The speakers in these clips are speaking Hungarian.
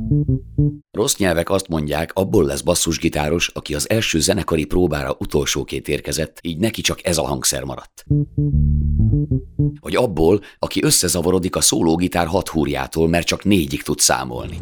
Rossz nyelvek azt mondják, abból lesz basszusgitáros, aki az első zenekari próbára utolsóként érkezett, így neki csak ez a hangszer maradt. Vagy abból, aki összezavarodik a szólógitár 6 húrjától, mert csak 4-ig tud számolni.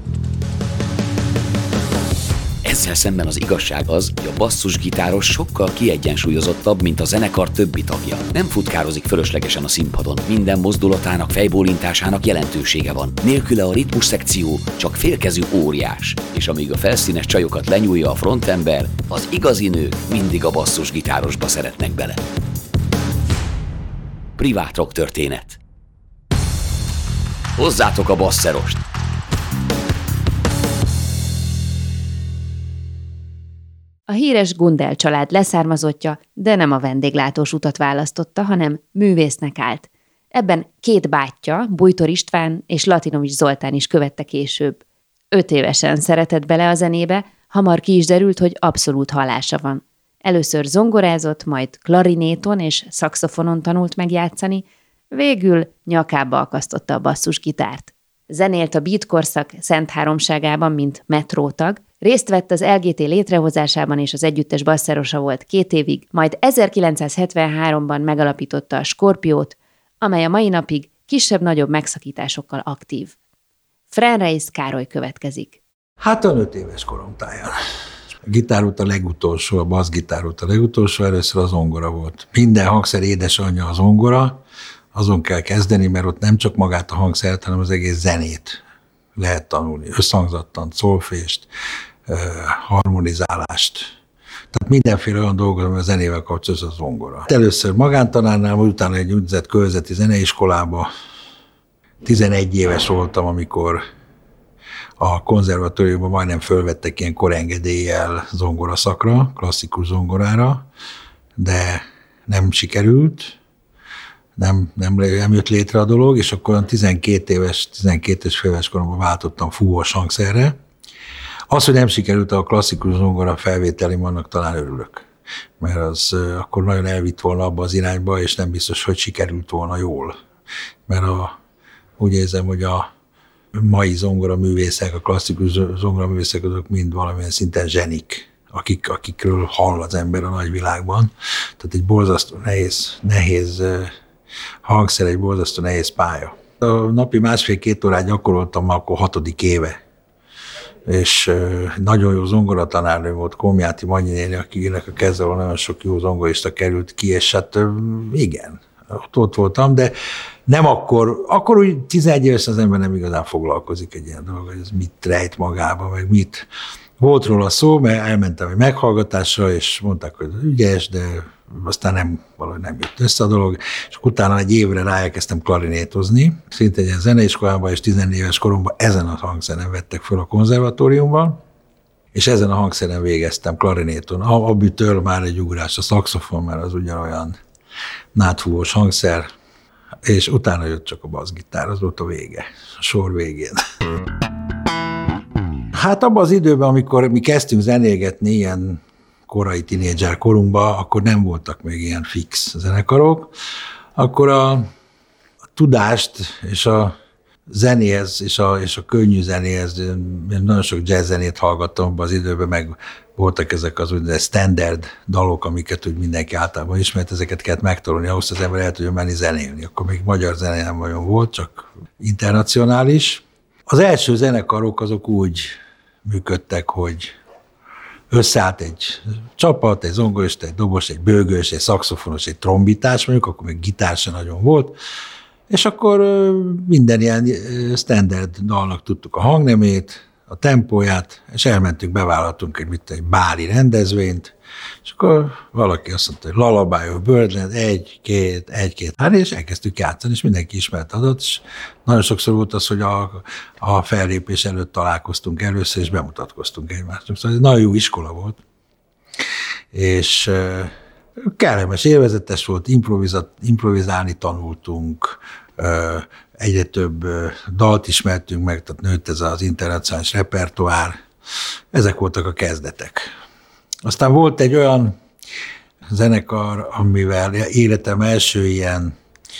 Ezzel szemben az igazság az, hogy a basszusgitáros sokkal kiegyensúlyozottabb, mint a zenekar többi tagja. Nem futkározik fölöslegesen a színpadon, minden mozdulatának, fejbólintásának jelentősége van. Nélküle a ritmus szekció csak félkezű óriás, és amíg a felszínes csajokat lenyúlja a frontember, az igazi nők mindig a basszusgitárosba szeretnek bele. Privát rock történet. Hozzátok a basszerost! A híres Gundel család leszármazottja, de nem a vendéglátós utat választotta, hanem művésznek állt. Ebben 2 bátyja, Bújtor István és Latinovics Zoltán is követte később. 5 évesen szeretett bele a zenébe, hamar ki is derült, hogy abszolút hallása van. Először zongorázott, majd klarinéton és szaxofonon tanult megjátszani, végül nyakába akasztotta a basszusgitárt. Zenélt a Beat korszak Szent Háromságában, mint metrótag, részt vett az LGT létrehozásában és az együttes basszerosa volt 2 évig, majd 1973-ban megalapította a Skorpiót, amely a mai napig kisebb-nagyobb megszakításokkal aktív. Fránreis Károly következik. Hát a 5 éves korom táján. A gitár volt a legutolsó, a basszgitár volt a legutolsó, először a zongora volt. Minden hangszer édesanyja a zongora, azon kell kezdeni, mert ott nem csak magát a hangszert, hanem az egész zenét lehet tanulni. Összhangzattant, szolfést, harmonizálást. Tehát mindenféle olyan dolgot, ami a zenével kapcsolatos, a zongora. Először magántanárnál, majd utána egy úgynevezett körzeti zeneiskolába. 11 éves voltam, amikor a konzervatóriumban majdnem fölvettek ilyen korengedéllyel zongoraszakra, klasszikus zongorára, de nem sikerült. Nem jött létre a dolog, és akkor 12 és fél éves koromban váltottam fúvós hangszerre. Az, hogy nem sikerült a klasszikus zongora felvételim, annak talán örülök, mert az akkor nagyon elvitt volna abba az irányba, és nem biztos, hogy sikerült volna jól. Mert úgy érzem, hogy a mai zongoraművészek, a klasszikus zongoraművészek, azok mind valamilyen szinten zsenik, akikről hall az ember a nagyvilágban. Tehát egy borzasztó nehéz hangszer, egy borzasztó nehéz pálya. A napi 1,5-2 órát gyakoroltam már akkor 6. éve. És nagyon jó zongoratanárnő volt, Komjáti Manyi néni, akinek a kezzel nagyon sok jó zongorista került ki, és hát igen, ott voltam, de nem akkor úgy 11 éves az ember nem igazán foglalkozik egy ilyen dolog, hogy ez mit rejt magába, meg mit. Volt róla szó, mert elmentem egy meghallgatásra, és mondták, hogy ügyes, de aztán valahogy nem jött össze a dolog, és utána egy évre ráelkezdtem klarinétozni, szinte egy ilyen zeneiskolában, és 14 éves koromban ezen a hangszeren vettek föl a konzervatóriumban, és ezen a hangszeren végeztem klarinéton. Abitől már egy ugrás a szaxofon, mert az ugyanolyan nádfúvós hangszer, és utána jött csak a basszgitár, az volt a vége, a sor végén. Hát abban az időben, amikor mi kezdtünk zenélgetni ilyen korai tinédzser korunkban, akkor nem voltak még ilyen fix zenekarok, akkor a tudást és a zenéhez és a könnyű zenéhez, nagyon sok jazz zenét hallgattam abban az időben, meg voltak ezek az úgynevezett standard dalok, amiket úgy mindenki általában ismert, ezeket kellett megtanulni, ahhoz az ember el tudjon menni zenélni. Akkor még magyar zene nem nagyon volt, csak internacionális. Az első zenekarok azok úgy működtek, hogy összeállt egy csapat, egy zongorista, egy dobos, egy bőgős, egy szaxofonos, egy trombitás, mondjuk, akkor még gitár sem nagyon volt, és akkor minden ilyen standard dalnak tudtuk a hangnemét, a tempóját, és elmentünk, bevállaltunk egy báli rendezvényt, és akkor valaki azt mondta, hogy Lullaby of Birdland, 1, 2, 3, és elkezdtük játszani, és mindenki ismerte adat, és nagyon sokszor volt az, hogy a fellépés előtt találkoztunk először, és bemutatkoztunk egymásnak. Szóval ez nagyon jó iskola volt, és kellemes, élvezetes volt, improvizálni tanultunk, egyre több dalt ismertünk meg, tehát nőtt ez az internacionális repertoár. Ezek voltak a kezdetek. Aztán volt egy olyan zenekar, amivel életem első ilyen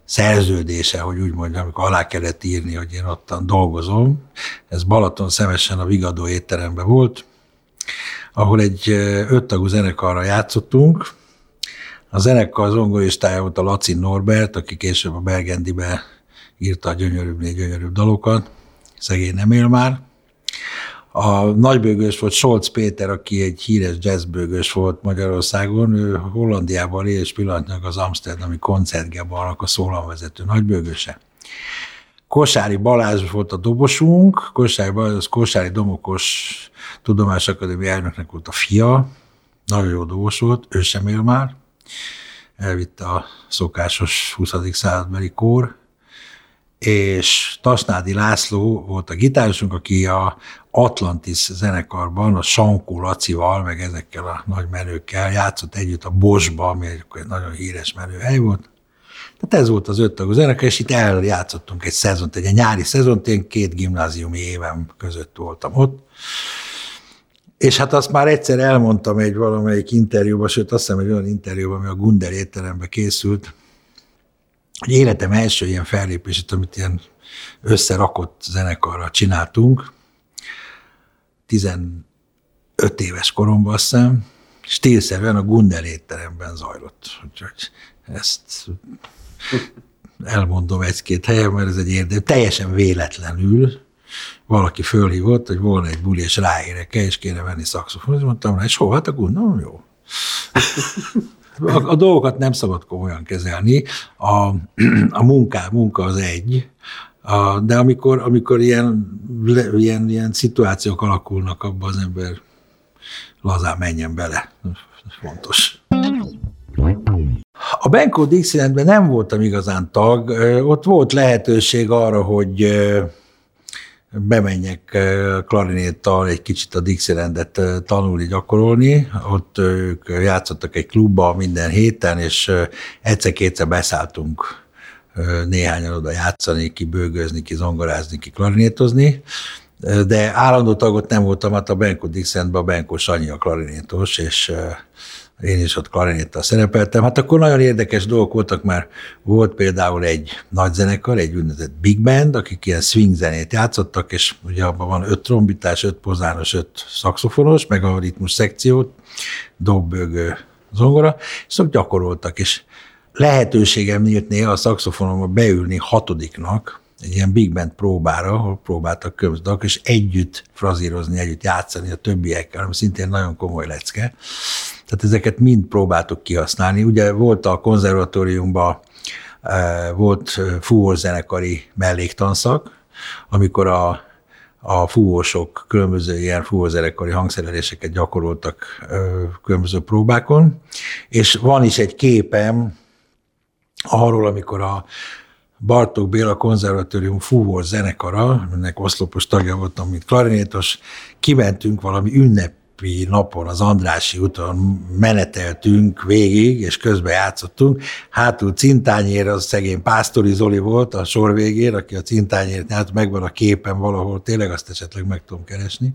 szerződése, hogy úgy mondjam, amikor alá kellett írni, hogy én ottan dolgozom. Ez Balatonszemesen a Vigadó étteremben volt, ahol egy 5 tagú zenekarra játszottunk. A zenekar zongoristája volt a Laci Norbert, aki később a Bergendibe írta a gyönyörűbbnél gyönyörűbb dalokat. Szegény nem él már. A nagybőgős volt Scholz Péter, aki egy híres jazzbőgős volt Magyarországon. Ő Hollandiában él, és pillanatnyilag az amsterdami koncertgebarnak a szólamvezető nagybőgőse. Kossári Balázs volt a dobosunk. Kossári Balázs az Kossári Domokos Tudományos Akadémia elnöknek volt a fia. Nagyon jó dobos volt, ő sem él már. Elvitte a szokásos 20. századbeli kór. És Tasnádi László volt a gitárosunk, aki a Atlantis zenekarban, a Sankó Lacival, meg ezekkel a nagy menőkkel játszott együtt a Bosba, ami egy nagyon híres menőhely volt. Tehát ez volt az 5 tagú zenekar, és itt eljátszottunk egy szezont, egy nyári szezont, én 2 gimnáziumi évem között voltam ott. És hát azt már egyszer elmondtam egy valamelyik interjúban, sőt azt hiszem egy olyan interjúban, ami a Gundel étteremben készült, hogy életem első ilyen fellépését, amit ilyen összerakott zenekarral csináltunk, 15 éves koromban azt hiszem, stílszerűen a Gundel étteremben zajlott. Úgyhogy ezt elmondom 1-2 helyen, mert ez egy érdekes, teljesen véletlenül valaki fölhívott, hogy volna egy buli, és ráérek-e, és kéne venni szaxofonot, és mondtam rá, és hol? Hát a Gundel, jó. A dolgokat nem szabad komolyan kezelni, a munka az egy, de amikor ilyen szituációk alakulnak, abban az ember lazán menjen bele. Ez fontos. A Benko Dixielandben nem voltam igazán tag, ott volt lehetőség arra, hogy bemenjek klarinéttal egy kicsit a Dixielandet tanulni, gyakorolni. Ott ők játszottak egy klubba minden héten, és egyszer-kétszer beszálltunk néhányan oda játszani, ki bőgözni, ki zongorázni, ki klarinétozni. De állandó tagot nem voltam, hát a Benko Dixielandben a Benko Sanyi a klarinétos, és én is ott klarinéttal szerepeltem. Hát akkor nagyon érdekes dolgok voltak, már volt például egy nagy zenekar, egy úgynevezett big band, akik ilyen swing zenét játszottak, és ugye abban van 5 trombitás, 5 pozános, 5 szaxofonos, meg a ritmus szekciót, dob, bőgő, zongora, és ott gyakoroltak, és lehetőségem nyílt néha a szaxofonomba beülni 6-nak, egy ilyen big band próbára, ahol próbáltak kömzdalok, és együtt frazírozni, együtt játszani a többiekkel, ami szintén nagyon komoly lecke. Tehát ezeket mind próbáltuk kihasználni. Ugye volt a konzervatóriumban, volt fúvózenekari melléktanszak, amikor a fúvósok különböző ilyen fúvózenekari hangszereléseket gyakoroltak különböző próbákon, és van is egy képem arról, amikor a Bartók Béla konzervatórium fúvós zenekara, ennek oszlopos tagja voltam, mint klarinétos, kimentünk valami ünnepi napon az Andrássy úton, meneteltünk végig, és közben játszottunk. Hátul cintányér, az szegény Pásztori Zoli volt a sor végén, aki a cintányért nyert, megvan a képen valahol, tényleg azt esetleg meg tudom keresni.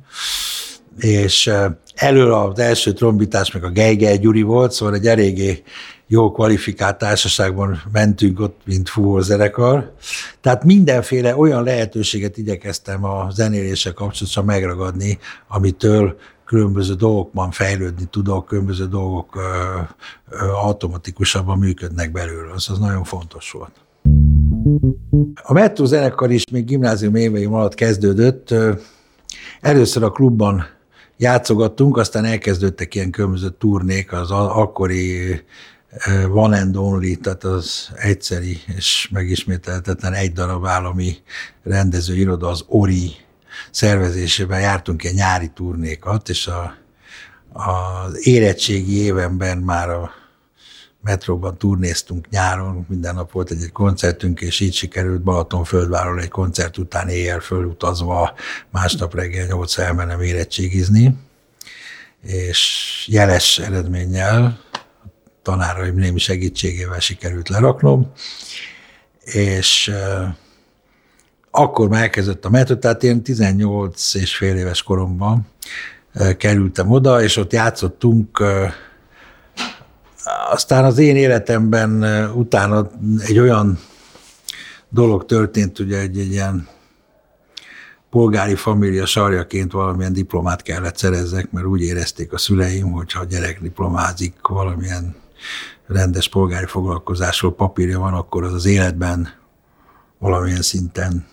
És elől az első trombitás meg a Geigel Gyuri volt, szóval egy eléggé jó kvalifikált társaságban mentünk ott, mint fúvózenekar. Tehát mindenféle olyan lehetőséget igyekeztem a zenéléssel kapcsolatosan megragadni, amitől különböző dolgokban fejlődni tudok, különböző dolgok automatikusabban működnek belőle. Az nagyon fontos volt. A Metró zenekar is még gimnázium éveim alatt kezdődött. Először a klubban játszogattunk, aztán elkezdődtek ilyen különböző turnék, az akkori one and only, tehát az egyszeri és megismételhetetlen egy darab állami rendezőiroda, az ORI szervezésében jártunk ilyen nyári turnékat, és az érettségi évemben már a Metróban turnéztunk nyáron, minden nap volt egy koncertünk, és így sikerült Balatonföldvárról egy koncert után éjjel fölutazva másnap reggel 8 elmenem érettségizni, és jeles eredménnyel, tanáraim némi segítségével sikerült leraknom, és akkor már elkezdett a Metró, tehát én 18 és fél éves koromban kerültem oda, és ott játszottunk. Aztán az én életemben utána egy olyan dolog történt, ugye egy ilyen polgári família sarjaként valamilyen diplomát kellett szerezzek, mert úgy érezték a szüleim, hogy ha a gyerek diplomázik, valamilyen rendes polgári foglalkozásról papírja van, akkor az életben valamilyen szinten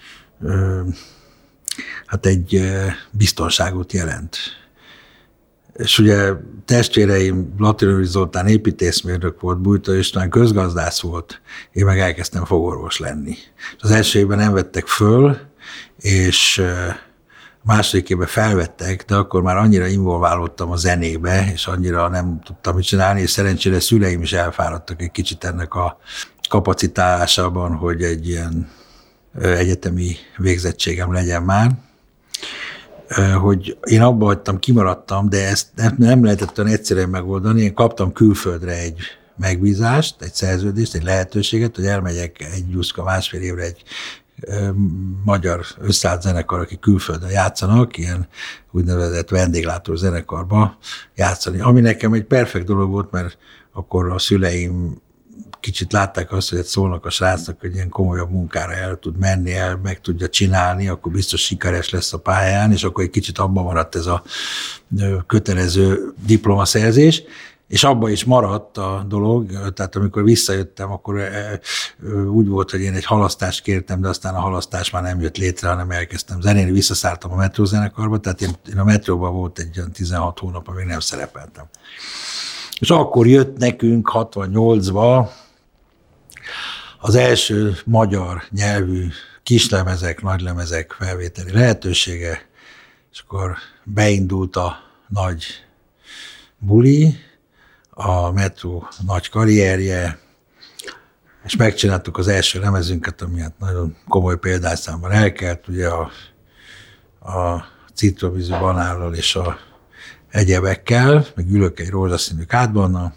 hát egy biztonságot jelent. És ugye testvéreim, Latinovics Zoltán építészmérnök volt, Bújtor István közgazdász volt, én meg elkezdtem fogorvos lenni. Az első évben nem vettek föl, és második évben felvettek, de akkor már annyira involválódtam a zenébe, és annyira nem tudtam mit csinálni, és szerencsére szüleim is elfáradtak egy kicsit ennek a kapacitálásában, hogy egy ilyen egyetemi végzettségem legyen már, hogy én abba hagytam, kimaradtam, de ezt nem lehetett olyan egyszerűen megoldani. Én kaptam külföldre egy megbízást, egy szerződést, egy lehetőséget, hogy elmegyek egy másfél évre egy magyar összeállt zenekar, aki külföldön játszanak, ilyen úgynevezett vendéglátó zenekarba játszani. Ami nekem egy perfekt dolog volt, mert akkor a szüleim kicsit látták azt, hogy szólnak a srácnak, hogy ilyen komolyabb munkára el tud menni, meg tudja csinálni, akkor biztos sikeres lesz a pályán, és akkor egy kicsit abban maradt ez a kötelező diplomaszerzés, és abban is maradt a dolog, tehát amikor visszajöttem, akkor úgy volt, hogy én egy halasztást kértem, de aztán a halasztás már nem jött létre, hanem elkezdtem zenélni, visszaszálltam a metrózenekarba, tehát én a metróban volt egy olyan 16 hónap, amíg nem szerepeltem. És akkor jött nekünk 68-ba az első magyar nyelvű kislemezek, nagylemezek felvételi lehetősége, és akkor beindult a nagy buli, a metró nagy karrierje, és megcsináltuk az első lemezünket, ami hát nagyon komoly példányszámban elkelt, ugye a citromvízű banállal és a egyebekkel, meg ülök egy rózsaszínű kádbannal.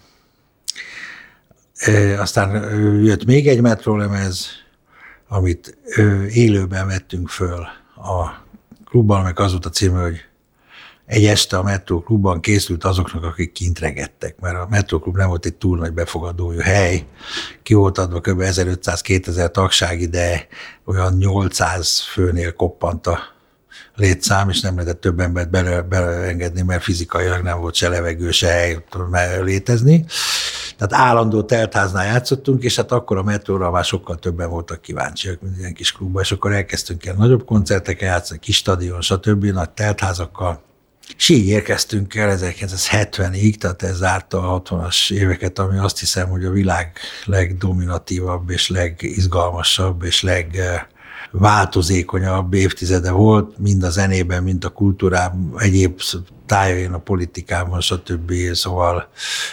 Aztán jött még egy metrólemez, amit élőben vettünk föl a klubban, meg az volt a címe, hogy egy este a Metró Klubban készült azoknak, akik kint regettek, mert a Metró Klub nem volt egy túl nagy befogadójú hely, ki volt adva kb. 1500-2000 tagsági, de olyan 800 főnél koppant a létszám, és nem lehetett több embert beleengedni, mert fizikailag nem volt se levegő, se hely létezni. Tehát állandó teltháznál játszottunk, és hát akkor a metróra már sokkal többen voltak kíváncsiak, mint ilyen kis klubban, és akkor elkezdtünk ilyen nagyobb koncerteken játszani, kis stadion, stb. Nagy teltházakkal. És így érkeztünk el 1970-ig, tehát ez zárta a 60-as éveket, ami azt hiszem, hogy a világ legdominatívabb és legizgalmasabb és legváltozékonyabb évtizede volt, mind a zenében, mind a kultúrában, egyéb tájain, a politikában, stb. Szóval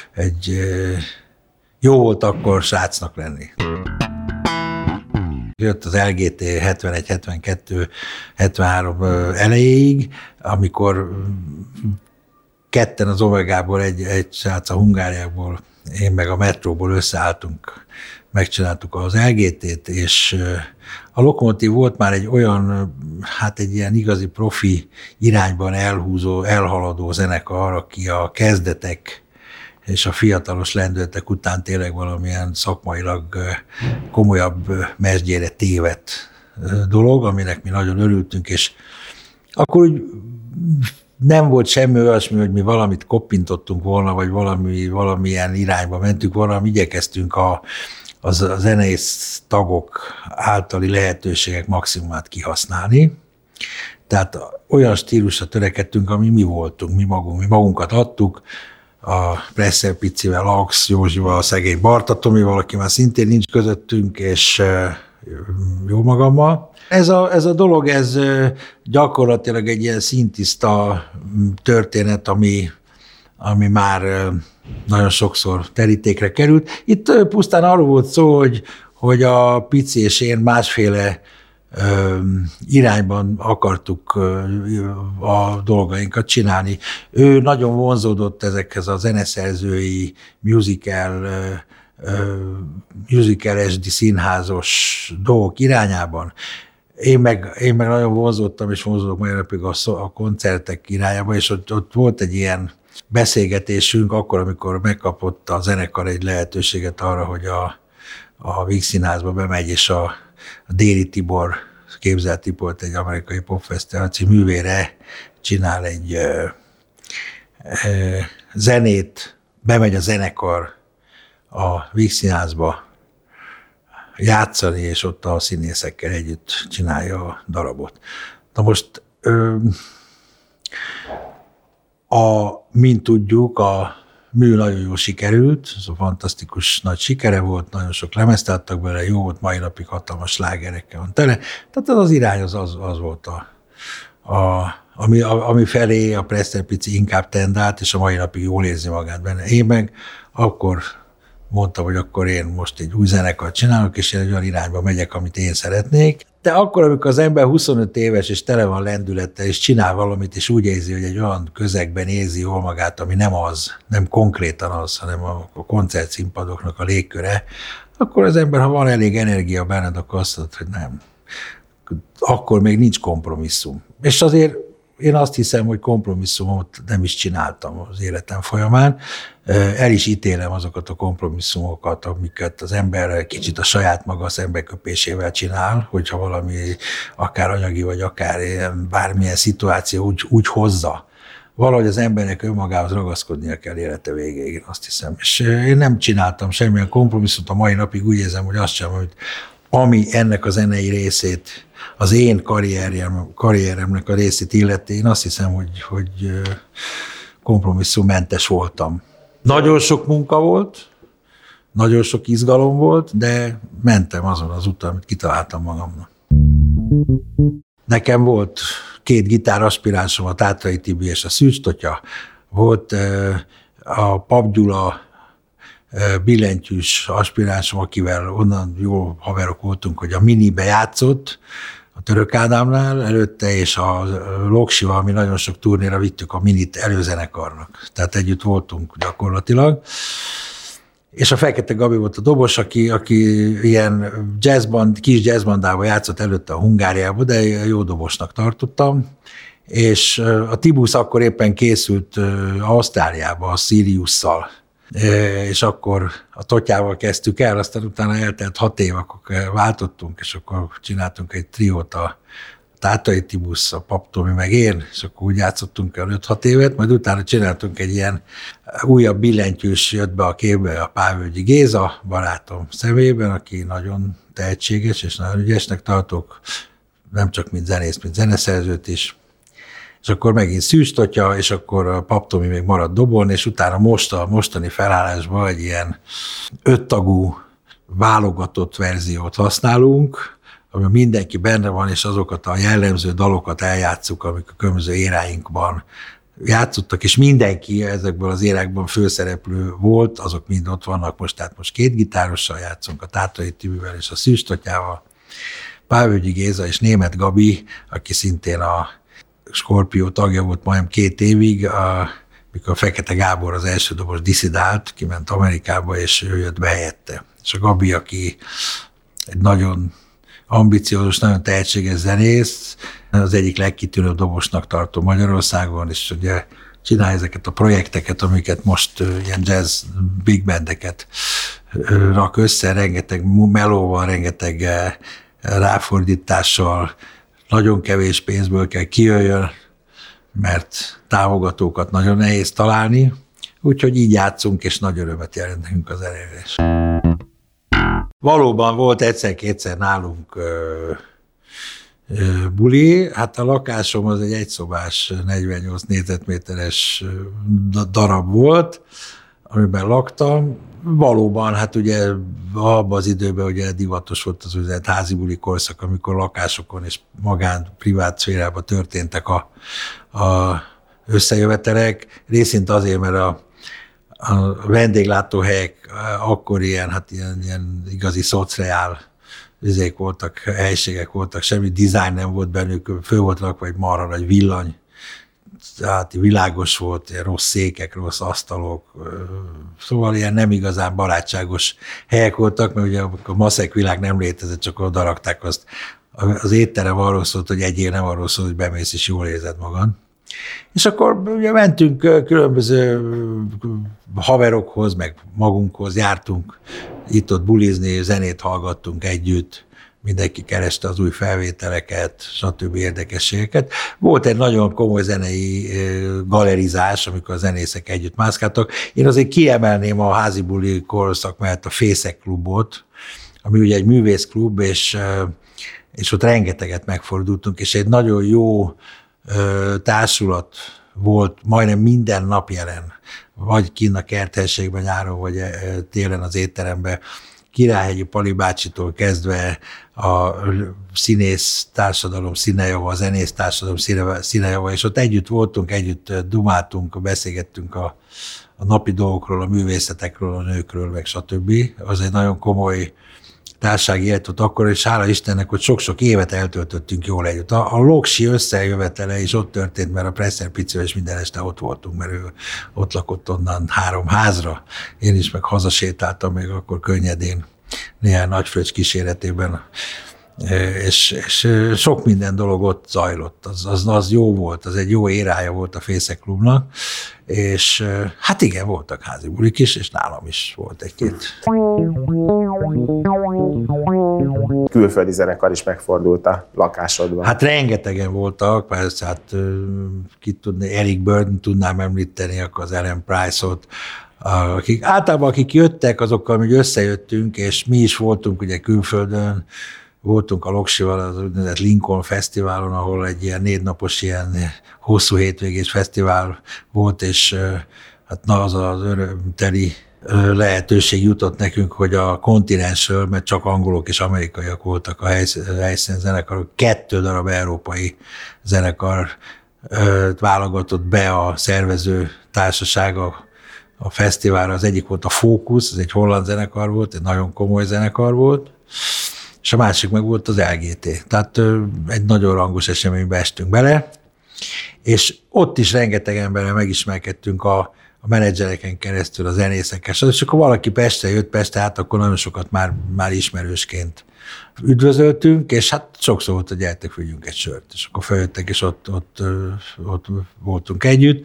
jó volt akkor srácnak lenni. Jött az LGT 71, 72, 73 elejéig, amikor ketten az Omegából, egy srác a Hungáriából, én meg a metróból összeálltunk, megcsináltuk az LGT-t, és a Lokomotív volt már egy olyan, hát egy ilyen igazi profi irányban elhaladó zenekar, aki a kezdetek és a fiatalos lendületek után tényleg valamilyen szakmailag komolyabb mesdjére tévedt dolog, aminek mi nagyon örültünk, és akkor úgy nem volt semmi olyasmi, hogy mi valamit koppintottunk volna, vagy valamilyen irányba mentünk volna, hanem igyekeztünk a zenész tagok általi lehetőségek maximumát kihasználni. Tehát olyan stílusra törekedtünk, ami mi voltunk, mi magunkat adtuk, a Presser Picivel, Lax Józsival, a szegény Barta Tomival, aki már szintén nincs közöttünk, és jó magammal. Ez a dolog, ez gyakorlatilag egy ilyen színtiszta történet, ami már nagyon sokszor terítékre került. Itt pusztán arról volt szó, hogy a Pici és én másféle irányban akartuk a dolgainkat csinálni. Ő nagyon vonzódott ezekhez a zeneszerzői, musical-esdi színházos dolgok irányában. Én meg nagyon vonzódtam, és vonzódok mai napig a koncertek irányában, és ott volt egy ilyen beszélgetésünk akkor, amikor megkapott a zenekar egy lehetőséget arra, hogy a Vígszínházba bemegy, és a Déli Tibor, Képzelt Tibort, egy amerikai popfesztivál című művére csinál egy zenét, bemegy a zenekar a Víg Színházba játszani, és ott a színészekkel együtt csinálja a darabot. Na most, mint tudjuk, a mű nagyon jól sikerült, ez a fantasztikus nagy sikere volt, nagyon sok lemezt adtak bele, jó volt, mai napig hatalmas slágerekkel van tele. Tehát az irány az volt ami felé a Preszter Pici inkább tendált, és a mai napig jól érzi magát benne. Én meg akkor mondtam, hogy akkor én most egy új zenekart csinálok, és én egy olyan irányba megyek, amit én szeretnék. De akkor, amikor az ember 25 éves, és tele van lendülettel, és csinál valamit, és úgy érzi, hogy egy olyan közegben érzi jól magát, ami nem az, nem konkrétan az, hanem a koncertszínpadoknak a légköre, akkor az ember, ha van elég energia benned, akkor azt mondod, hogy nem. Akkor még nincs kompromisszum. És azért én azt hiszem, hogy kompromisszumot nem is csináltam az életem folyamán. El is ítélem azokat a kompromisszumokat, amiket az ember kicsit a saját maga szembeköpésével csinál, hogyha valami akár anyagi, vagy akár bármilyen szituáció úgy hozza. Valahogy az embernek önmagához ragaszkodnia kell élete végéig, én azt hiszem. És én nem csináltam semmilyen kompromisszumot, a mai napig úgy érzem, hogy azt sem, hogy ami ennek a zenei részét, az én karrieremnek a részét illeti, én azt hiszem, hogy kompromisszummentes voltam. Nagyon sok munka volt, nagyon sok izgalom volt, de mentem azon az úton, amit kitaláltam magamnak. Nekem volt 2 gitáraspiránsom, a Tátrai Tibi és a Szűcs Totya, volt a Pap Gyula billentyűs aspiránsom, akivel onnan jó haverok voltunk, hogy a Minibe játszott, a Török Ádámnál előtte, és a Loksival, ami nagyon sok turnéra vittük a Minit előzenekarnak. Tehát együtt voltunk gyakorlatilag. És a Fekete Gabi volt a dobos, aki ilyen kis jazzbandában játszott előtte a Hungáriában, de jó dobosnak tartottam. És a Tibusz akkor éppen készült Ausztráliába a Siriusszal, és akkor a Totyával kezdtük el, aztán utána eltelt 6 év, akkor váltottunk, és akkor csináltunk egy triót, a Tátrai Tibusz, a Pap Tomi meg én, és akkor úgy játszottunk el 5-6 évet, majd utána csináltunk egy ilyen újabb billentyűs, jött be a képbe a Pálvölgyi Géza barátom szemében, aki nagyon tehetséges, és nagyon ügyesnek tartok, nem csak mint zenész, mint zeneszerzőt is. És akkor megint Szűcs Totya, és akkor a Pap Tomi még maradt dobon, és utána a mostani felállásban egy ilyen 5 tagú válogatott verziót használunk, amiben mindenki benne van, és azokat a jellemző dalokat eljátszuk, amik a különböző éráinkban játszottak, és mindenki ezekből az érákban főszereplő volt, azok mind ott vannak most, tehát most 2 gitárossal játszunk, a Tátrai Tibivel és a Szűcs Totyával, Pálvölgyi Géza és Németh Gabi, aki szintén a Skorpió tagja volt majdnem 2 évig, mikor a Fekete Gábor az első dobos disszidált, kiment Amerikába, és ő jött be helyette. És a Gabi, aki egy nagyon ambiciózus, nagyon tehetséges zenész, az egyik legkitűnőbb dobosnak tartom Magyarországon, és ugye csinálja ezeket a projekteket, amiket most ilyen jazz big bandeket rak össze, rengeteg melóval, rengeteg ráfordítással, nagyon kevés pénzből kell kijöjjön, mert támogatókat nagyon nehéz találni, úgyhogy így játszunk, és nagy örömet jelent nekünk az elérés. Valóban volt egyszer-kétszer nálunk buli, hát a lakásom az egy egyszobás, 48 négyzetméteres darab volt, amiben laktam. Valóban, hát ugye abban az időben ugye divatos volt az úgynevezett házi buli korszak, amikor lakásokon és magán, privát szférában történtek a összejövetelek. Részint azért, mert a vendéglátóhelyek akkor ilyen igazi szociál üzék voltak, helységek voltak, semmi dizájn nem volt bennük, föl volt rakva egy marha nagy villany, tehát világos volt, rossz székek, rossz asztalok, szóval ilyen nem igazán barátságos helyek voltak, mert ugye a maszek világ nem létezett, csak oda rakták azt. Az étterem arról szólt, hogy egyél, nem arról szólt, hogy bemész és jól érzed magad. És akkor ugye mentünk különböző haverokhoz, meg magunkhoz, jártunk itt-ott bulizni, zenét hallgattunk együtt, mindenki kereste az új felvételeket, stb. Érdekességeket. Volt egy nagyon komoly zenei galerizás, amikor a zenészek együtt mászkáltak. Én azért kiemelném a házi buli korszak mellett a Fészek klubot, ami ugye egy művészklub, és ott rengeteget megfordultunk, és egy nagyon jó társulat volt, majdnem minden nap jelen, vagy kinn a kerthelységben nyáron, vagy télen az étteremben, Királyhegyi Pali bácsitól kezdve a színész társadalom színejava, a zenész társadalom színejava, és ott együtt voltunk, együtt dumáltunk, beszélgettünk a napi dolgokról, a művészetekről, a nőkről, meg stb. Az egy nagyon komoly társasági élet ott akkor, és hála Istennek, hogy sok-sok évet eltöltöttünk jól együtt. A Loksi összejövetele is ott történt, mert a Presser Picivel is minden este ott voltunk, mert ő ott lakott onnan 3 házra. Én is meg hazasétáltam még akkor könnyedén, néhány nagyfröccs kíséretében, és sok minden dolog ott zajlott. Az jó volt, az egy jó érája volt a Fészek klubnak, és hát igen, voltak házi bulik is, és nálam is volt egy-két. Külföldi zenekar is megfordult a lakásodban. Hát rengetegen voltak, persze, hát Eric Burdon tudnám említeni, akkor az Ellen Price-ot, akik jöttek, azokkal mi összejöttünk, és mi is voltunk ugye külföldön, voltunk a Loksival az úgynevezett Lincoln Fesztiválon, ahol egy ilyen 4 napos ilyen hosszú hétvégés fesztivál volt, és hát az örömteli lehetőség jutott nekünk, hogy a kontinensről, mert csak angolok és amerikaiak voltak a helyszínen zenekarok, 2 darab európai zenekar válogatott be a szervező társasága a fesztiválra. Az egyik volt a Focus, ez egy holland zenekar volt, egy nagyon komoly zenekar volt, és a másik meg volt az LGT. Tehát egy nagyon rangos eseménybe estünk bele, és ott is rengeteg emberrel megismerkedtünk a menedzsereken keresztül, a zenészekkel, és akkor valaki Pestre jött, Pestre, hát akkor nagyon sokat már ismerősként üdvözöltünk, és hát sokszor volt, hogy gyertek, fűjünk egy sört, és akkor feljöttek, és ott voltunk együtt.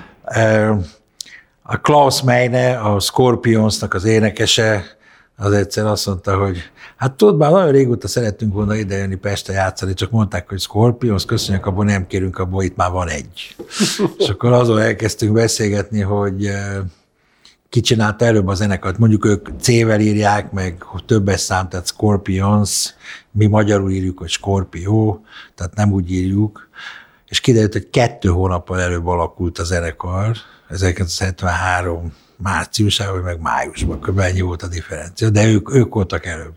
A Klaus Meine, a Scorpionsnak az énekese, az egyszer azt mondta, hogy hát tudod, már nagyon régóta szerettünk volna idejönni Pestre játszani, csak mondták, hogy Scorpions, köszönjük, abból nem kérünk, abból itt már van egy. És akkor azon elkezdtünk beszélgetni, hogy ki csinálta előbb a zenekart. Mondjuk ők C-vel írják, meg többes szám, tehát Scorpions, mi magyarul írjuk, hogy Scorpio, tehát nem úgy írjuk. És kiderült, hogy 2 hónappal előbb alakult a zenekar, 1973 márciusában, meg májusban, kb. Ennyi volt a differencia, de ők voltak előbb.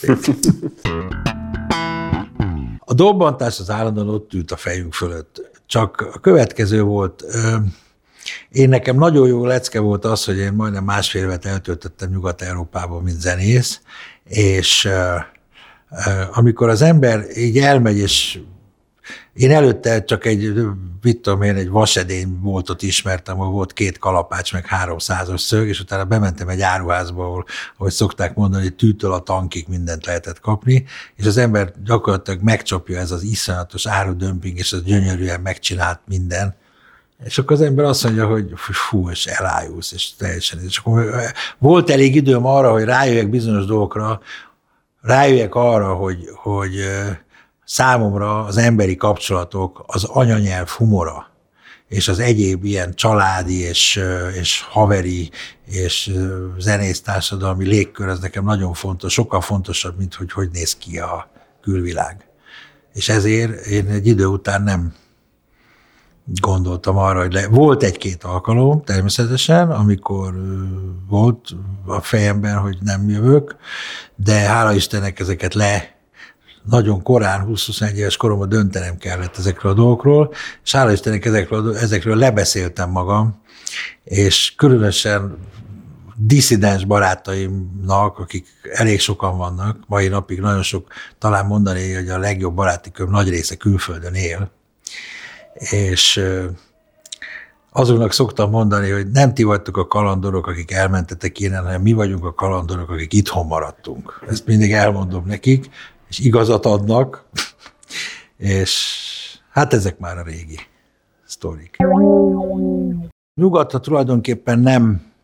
A dobbantás az állandóan ott ült a fejünk fölött. Csak a következő volt, nekem nagyon jó lecke volt az, hogy én majdnem 1,5 évet eltöltöttem Nyugat-Európában, mint zenész, és amikor az ember így elmegy, és én előtte csak egy vasedény boltot ismertem, ahol volt 2 kalapács, meg 300-as szög, és utána bementem egy áruházba, ahol, ahogy szokták mondani, hogy tűtől a tankig mindent lehetett kapni, és az ember gyakorlatilag megcsapja ez az iszonyatos árudömping, és az gyönyörűen megcsinált minden, és akkor az ember azt mondja, hogy fú, és elájulsz, és teljesen. És akkor volt elég időm arra, hogy rájöjjek bizonyos dolgokra, rájöjjek arra, hogy számomra az emberi kapcsolatok, az anyanyelv humora, és az egyéb ilyen családi és haveri és zenésztársadalmi légkör, ez nekem nagyon fontos, sokkal fontosabb, mint hogy néz ki a külvilág. És ezért én egy idő után nem gondoltam arra, hogy volt 1-2 alkalom természetesen, amikor volt a fejemben, hogy nem jövök, de hála Istennek ezeket nagyon korán, 20-21 éves koromban döntenem kellett ezekről a dolgokról, és hála Istennek ezekről lebeszéltem magam, és különösen disszidens barátaimnak, akik elég sokan vannak, mai napig nagyon sok, talán mondani, hogy a legjobb baráti köröm nagy része külföldön él, és azoknak szoktam mondani, hogy nem ti vagytok a kalandorok, akik elmentetek innen, hanem mi vagyunk a kalandorok, akik itthon maradtunk. Ezt mindig elmondom nekik, és igazat adnak, és hát ezek már a régi sztorik. Nyugatra tulajdonképpen nem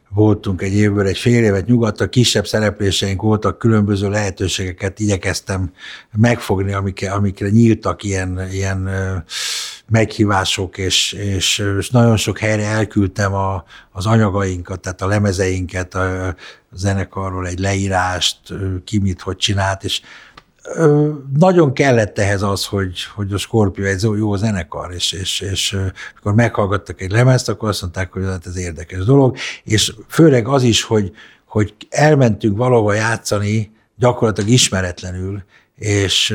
voltunk egy évből egy fél évet nyugodtan, kisebb szerepléseink voltak, különböző lehetőségeket igyekeztem megfogni, amikre nyíltak ilyen meghívások, és nagyon sok helyre elküldtem az anyagainkat, tehát a lemezeinket, a zenekarról egy leírást, ki mit, hogy csinált, és nagyon kellett ehhez az, hogy a Scorpio egy jó zenekar, és amikor meghallgattak egy lemezt, akkor azt mondták, hogy ez érdekes dolog, és főleg az is, hogy elmentünk valahova játszani, gyakorlatilag ismeretlenül, és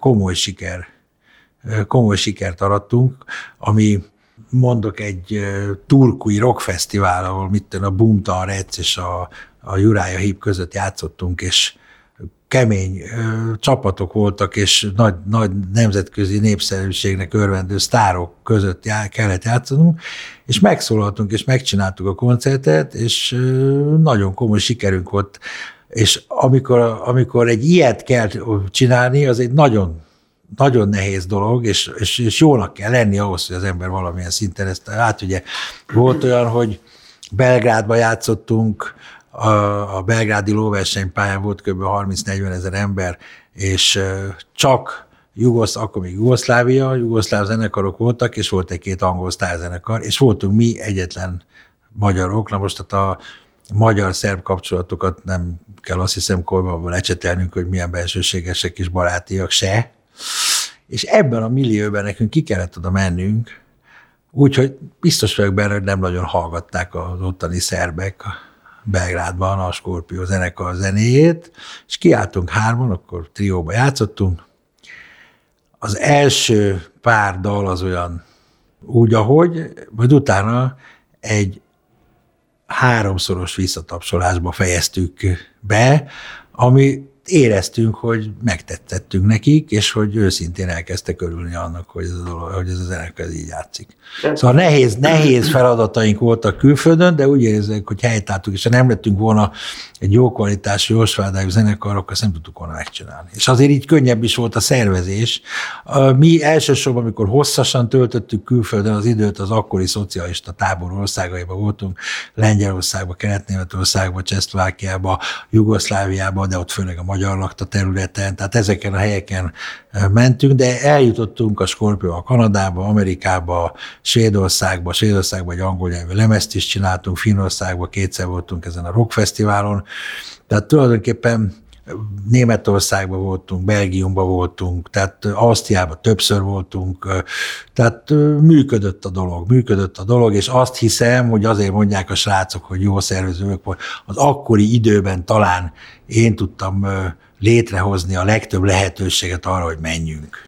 komoly sikert arattunk, ami mondok egy turkui rockfesztivál, ahol a Boomtown Reds és a Uriah Heep között játszottunk, és kemény csapatok voltak, és nagy nemzetközi népszerűségnek örvendő sztárok között kellett játszanunk, és megszólaltunk, és megcsináltuk a koncertet, és nagyon komoly sikerünk volt, és amikor egy ilyet kell csinálni, az egy nagyon nehéz dolog, és jónak kell lenni ahhoz, hogy az ember valamilyen szinten ezt, hát ugye volt olyan, hogy Belgrádban játszottunk, a belgrádi lóversenypályán volt kb. 30-40 ezer ember, és csak akkor még jugoszláv zenekarok voltak, és volt egy-két angol sztárzenekar, és voltunk mi egyetlen magyarok. Na most a magyar-szerb kapcsolatokat nem kell, azt hiszem, korban lecsetelnünk, hogy milyen belsőségesek és barátiak se. És ebben a millióben nekünk ki kellett oda mennünk, úgyhogy biztos vagyok benne, hogy nem nagyon hallgatták az ottani szerbek Belgrádban a Scorpio zenekar zenéjét, és kiálltunk hárman, akkor trióba játszottunk. Az első pár dal az olyan úgy, ahogy, majd utána egy 3-szoros visszatapsolásba fejeztük be, ami éreztünk, hogy megtetszettünk nekik, és hogy őszintén elkezdtek örülni annak, hogy ez a zenekar így játszik. Szóval nehéz feladataink voltak külföldön, de úgy érezzük, hogy helytálltuk, és ha nem lettünk volna egy jó kvalitású, jósvádájú zenekar, akkor ezt nem tudtuk volna megcsinálni. És azért így könnyebb is volt a szervezés. Mi elsősorban, amikor hosszasan töltöttük külföldön az időt, az akkori szocialista tábor országaiban voltunk, Lengyelországban, Kelet-Németországban, Csehszlovákiában, Jugoszláviában, de ott főleg a magyar lakta területen, tehát ezeken a helyeken mentünk, de eljutottunk a Scorpio Kanadába, Amerikába, Svédországba egy angol nyelvű lemezt is csináltunk, Finnországba 2-szer voltunk ezen a rockfesztiválon, tehát tulajdonképpen Németországban voltunk, Belgiumban voltunk, tehát Ausztriában többször voltunk, tehát működött a dolog, és azt hiszem, hogy azért mondják a srácok, hogy jó szervezők volt. Az akkori időben talán én tudtam létrehozni a legtöbb lehetőséget arra, hogy menjünk.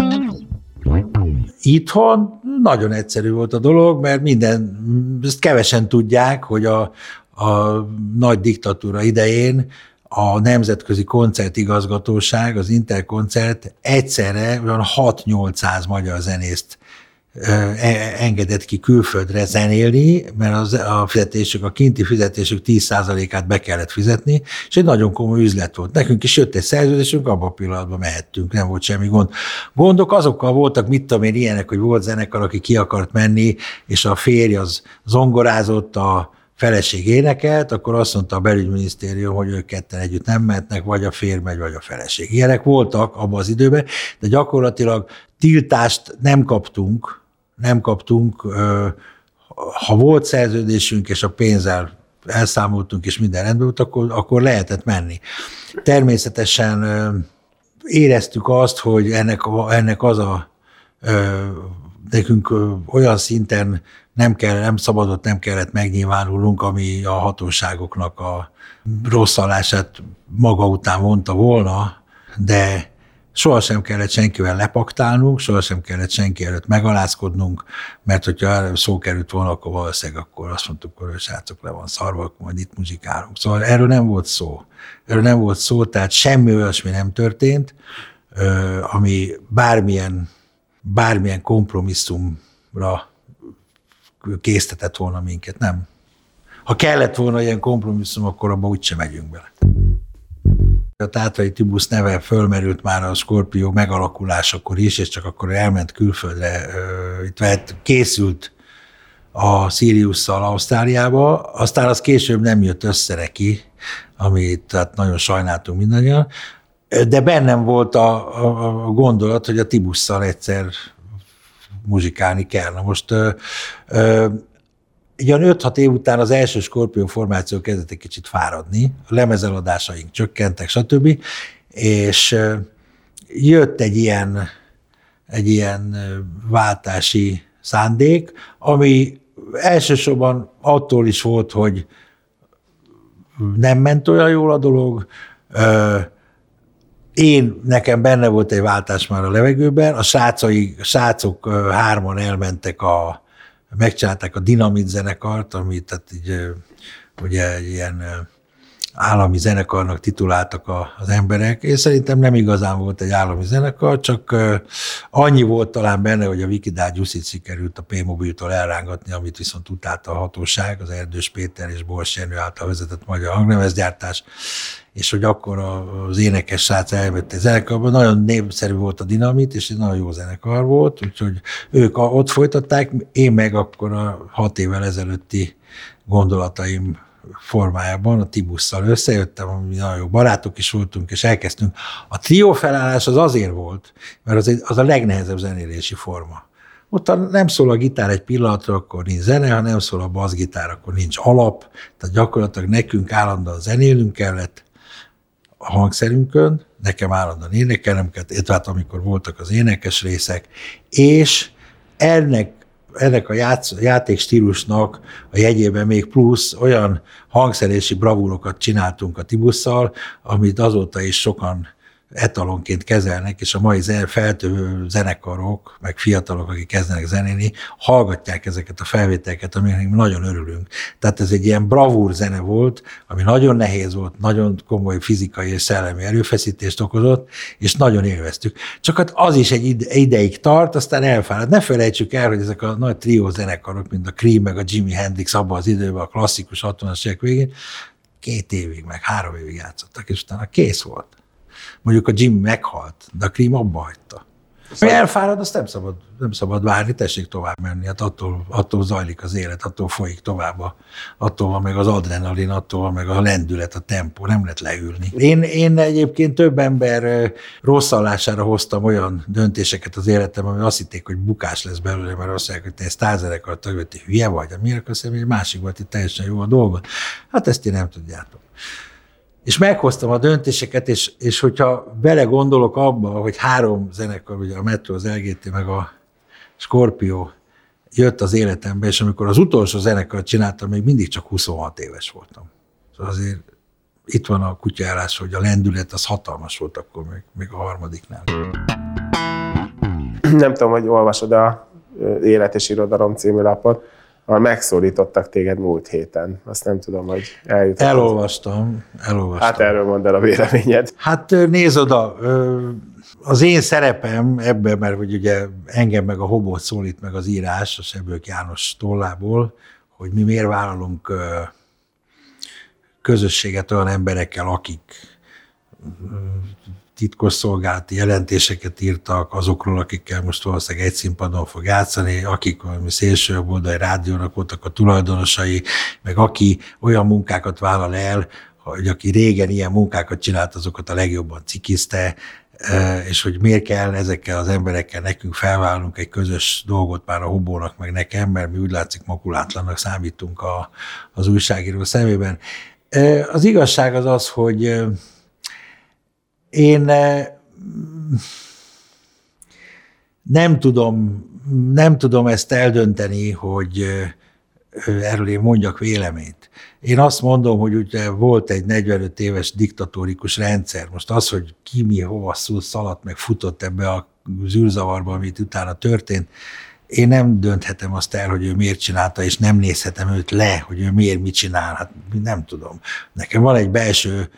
Itthon nagyon egyszerű volt a dolog, mert ezt kevesen tudják, hogy a nagy diktatúra idején a Nemzetközi Koncertigazgatóság, az Interkoncert egyszerre olyan 6-800 magyar zenészt engedett ki külföldre zenélni, mert a kinti fizetésük 10%-át be kellett fizetni, és egy nagyon komoly üzlet volt. Nekünk is jött egy szerződésünk, abban a pillanatban mehettünk, nem volt semmi gond. Gondok azokkal voltak, mit tudom én, ilyenek, hogy volt zenekar, aki ki akart menni, és a férj az zongorázott, a feleség énekelt, akkor azt mondta a belügyminisztérium, hogy ők ketten együtt nem mehetnek, vagy a férj megy, vagy a feleség. Ilyenek voltak abban az időben, de gyakorlatilag tiltást nem kaptunk, ha volt szerződésünk, és a pénzzel elszámoltunk, és minden rendben volt, akkor lehetett menni. Természetesen éreztük azt, hogy ennek az nekünk olyan szinten nem kellett megnyilvánulnunk, ami a hatóságoknak a rosszallását maga után vonta volna, de sohasem kellett senkivel lepaktálnunk, sohasem kellett senki előtt megalázkodnunk, mert hogyha erről szó került volna, akkor valószínűleg akkor azt mondtuk, hogy srácok, le van szarva, akkor majd itt muzsikálunk. Szóval erről nem volt szó, tehát semmi olyasmi nem történt, ami bármilyen kompromisszumra késztetett volna minket, nem. Ha kellett volna ilyen kompromisszum, akkor abba úgysem megyünk bele. A Tátrai Tibusz neve fölmerült már a Scorpio megalakulásakor is, és csak akkor elment külföldre, készült a Siriusszal Ausztráliába, aztán az később nem jött össze neki, amit tehát nagyon sajnáltunk mindannyian, de bennem volt a gondolat, hogy a Tibusszal egyszer muzsikálni kell. Na most egy olyan 5-6 év után az első Scorpion formáció kezdett egy kicsit fáradni, a lemezeladásaink csökkentek, stb. És jött egy ilyen váltási szándék, ami elsősorban attól is volt, hogy nem ment olyan jól a dolog, nekem benne volt egy váltás már a levegőben, a srácok 3-an elmentek, megcsinálták a Dinamit zenekart, amit tehát így, ugye egy ilyen állami zenekarnak tituláltak az emberek. Én szerintem nem igazán volt egy állami zenekar, csak annyi volt talán benne, hogy a Vikidár Gyuszit sikerült a P-Mobiltól elrángatni, amit viszont utálta a hatóság, az Erdős Péter és Bors Jenő által vezetett magyar hangnemezgyártás, és hogy akkor az énekes srác elvette a zenekarban. Nagyon népszerű volt a Dinamit, és egy nagyon jó zenekar volt, úgyhogy ők ott folytatták, én meg akkor a 6 évvel ezelőtti gondolataim formájában a Tibusszal összejöttem, ami nagyon jó barátok is voltunk, és elkezdtünk. A trió felállás az azért volt, mert az a legnehezebb zenélési forma. Ott nem szól a gitár egy pillanatra, akkor nincs zene, ha nem szól a basszgitár, akkor nincs alap, tehát gyakorlatilag nekünk állandóan zenélünk kellett a hangszerünkön, nekem állandóan énekelnem kellett, illetve amikor voltak az énekes részek, és ennek a játékstílusnak a jegyében még plusz olyan hangszerési bravúrokat csináltunk a Tibusszal, amit azóta is sokan etalonként kezelnek, és a mai feltövő zenekarok, meg fiatalok, akik kezdenek zenélni, hallgatják ezeket a felvételeket, amiknek nagyon örülünk. Tehát ez egy ilyen bravúr zene volt, ami nagyon nehéz volt, nagyon komoly fizikai és szellemi erőfeszítést okozott, és nagyon élveztük. Csak hát az is egy ideig tart, aztán elfárad. Ne felejtsük el, hogy ezek a nagy trió zenekarok, mint a Cream, meg a Jimi Hendrix abban az időben, a klasszikus 60-as évek végén, 2 évig, meg 3 évig játszottak, és utána kész volt. Mondjuk a Jimmy meghalt, de a Cream abba hagyta. Mi elfárad, azt nem szabad várni, tessék tovább menni. Hát attól zajlik az élet, attól folyik tovább, attól van meg az adrenalin, attól van meg a lendület, a tempó, nem lehet leülni. Én egyébként több ember rosszallására hoztam olyan döntéseket az életemben, ami azt hitték, hogy bukás lesz belőle, mert azt mondják, hogy te egy sztárzenekar tag, hogy te hülye vagy, miért akarsz, hogy egy másik volt, itt teljesen jó a dolgot. Hát ezt én nem tudjátok. És meghoztam a döntéseket, és hogyha belegondolok abba, hogy 3 zenekar, ugye a Metro, az LGT, meg a Scorpio jött az életembe, és amikor az utolsó zenekart csináltam, még mindig csak 26 éves voltam. Szóval azért itt van a kutyaállás, hogy a lendület az hatalmas volt akkor még a harmadiknál. Nem tudom, hogy olvasod a Élet és Irodalom című lapot, ahol megszólítottak téged múlt héten. Azt nem tudom, hogy eljutott. Elolvastam. Hát erről mondd el a véleményed. Hát nézd oda, az én szerepem ebben, mert hogy ugye engem meg a Hobót szólít meg az írás, a Sebők János tollából, hogy mi miért vállalunk közösséget olyan emberekkel, akik titkosszolgálati jelentéseket írtak azokról, akikkel most valószínűleg egy színpadon fog játszani, akik valami szélsőjobboldali rádiónak voltak a tulajdonosai, meg aki olyan munkákat vállal el, hogy aki régen ilyen munkákat csinált, azokat a legjobban cikizte, és hogy miért kell ezekkel az emberekkel nekünk felvállalnunk egy közös dolgot már a Hobónak, meg nekem, mert mi úgy látszik makulátlannak számítunk az újságíró szemében. Az igazság az az, hogy én nem tudom ezt eldönteni, hogy erről én mondjak véleményt. Én azt mondom, hogy ugye volt egy 45 éves diktatórikus rendszer. Most az, hogy ki mi hova szaladt, meg futott ebbe a zűrzavarba, amit utána történt, én nem dönthetem azt el, hogy ő miért csinálta, és nem nézhetem őt le, hogy ő miért mit csinál. Hát nem tudom. Nekem van egy belső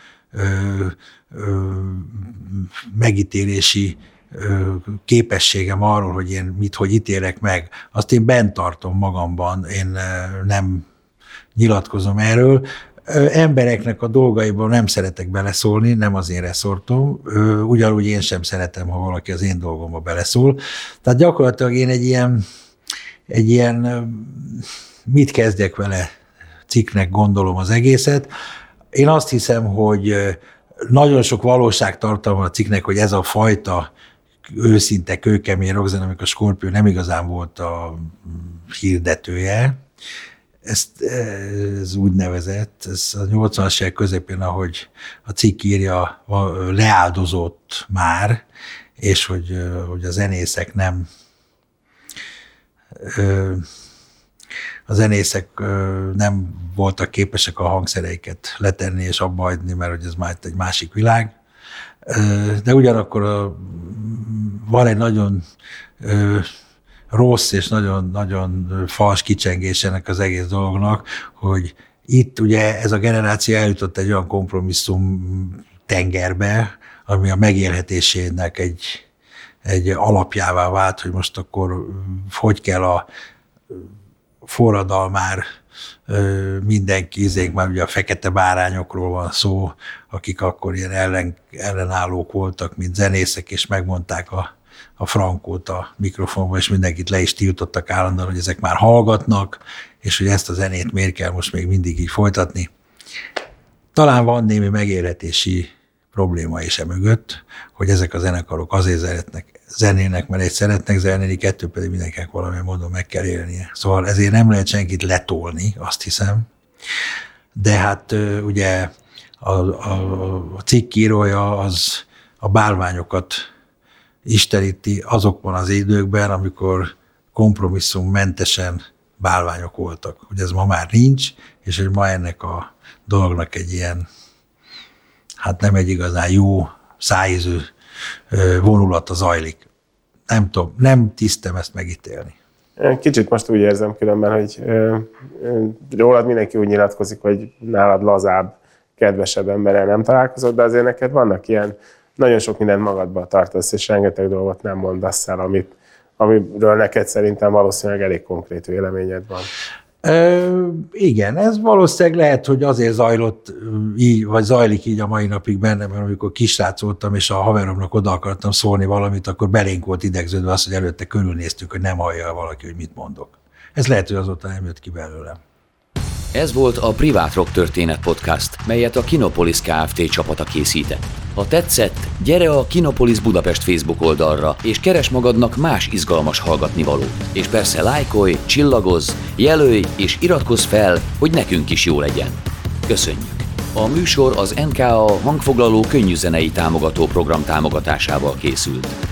megítélési képességem arról, hogy én hogy ítélek meg, azt én bent tartom magamban, én nem nyilatkozom erről. Embereknek a dolgaiban nem szeretek beleszólni, nem az én reszortom, ugyanúgy én sem szeretem, ha valaki az én dolgomba beleszól. Tehát gyakorlatilag én egy ilyen mit kezdjek vele cikknek gondolom az egészet. Én azt hiszem, hogy nagyon sok valóságtartalma a cikknek, hogy ez a fajta őszinte, kőkemény rockzene, amikor a Scorpio nem igazán volt a hirdetője. Ez úgynevezett, ez a 80-as évek közepén, ahogy a cikk írja, leáldozott már, és hogy a zenészek nem voltak képesek a hangszereiket letenni és abba hagyni, mert hogy ez már egy másik világ. De ugyanakkor van egy nagyon rossz és nagyon fals kicsengés ennek az egész dolognak, hogy itt ugye ez a generáció eljutott egy olyan kompromisszum tengerbe, ami a megélhetésének egy alapjává vált, hogy most akkor hogy kell a forradalmár mindenki, már ugye a fekete bárányokról van szó, akik akkor ilyen ellenállók voltak, mint zenészek, és megmondták a frankót a mikrofonba, és mindenkit le is tiltottak állandóan, hogy ezek már hallgatnak, és hogy ezt a zenét miért kell most még mindig így folytatni. Talán van némi megélhetési probléma is mögött, hogy ezek a zenekarok azért zenélnek, mert egy szeretnek zenélni, kettő pedig mindenkinek valamilyen módon meg kell élnie. Szóval ezért nem lehet senkit letolni, azt hiszem. De hát ugye a cikk írója az a bálványokat isteníti azokban az időkben, amikor kompromisszummentesen bálványok voltak. Hogy ez ma már nincs, és hogy ma ennek a dolognak egy ilyen, hát nem egy igazán jó, szájízű vonulata zajlik. Nem tudom, nem tisztem ezt megítélni. Kicsit most úgy érzem különben, hogy rólad mindenki úgy nyilatkozik, hogy nálad lazább, kedvesebb emberrel nem találkozott, de azért neked vannak ilyen, nagyon sok mindent magadba tartasz, és rengeteg dolgot nem mondasz el, amiről neked szerintem valószínűleg elég konkrét véleményed van. Igen, ez valószínűleg lehet, hogy azért zajlott így, vagy zajlik így a mai napig bennem, mert amikor kisrác voltam, és a haveromnak oda akartam szólni valamit, akkor belénk volt idegződve az, hogy előtte körülnéztük, hogy nem hallja valaki, hogy mit mondok. Ez lehet, hogy azóta nem jött ki belőlem. Ez volt a Privát Rock Történet Podcast, melyet a Kinopolis Kft. Csapata készített. Ha tetszett, gyere a Kinopolis Budapest Facebook oldalra, és keres magadnak más izgalmas hallgatnivalót. És persze lájkolj, csillagozz, jelölj és iratkozz fel, hogy nekünk is jó legyen. Köszönjük! A műsor az NKA hangfoglaló könnyűzenei támogató program támogatásával készült.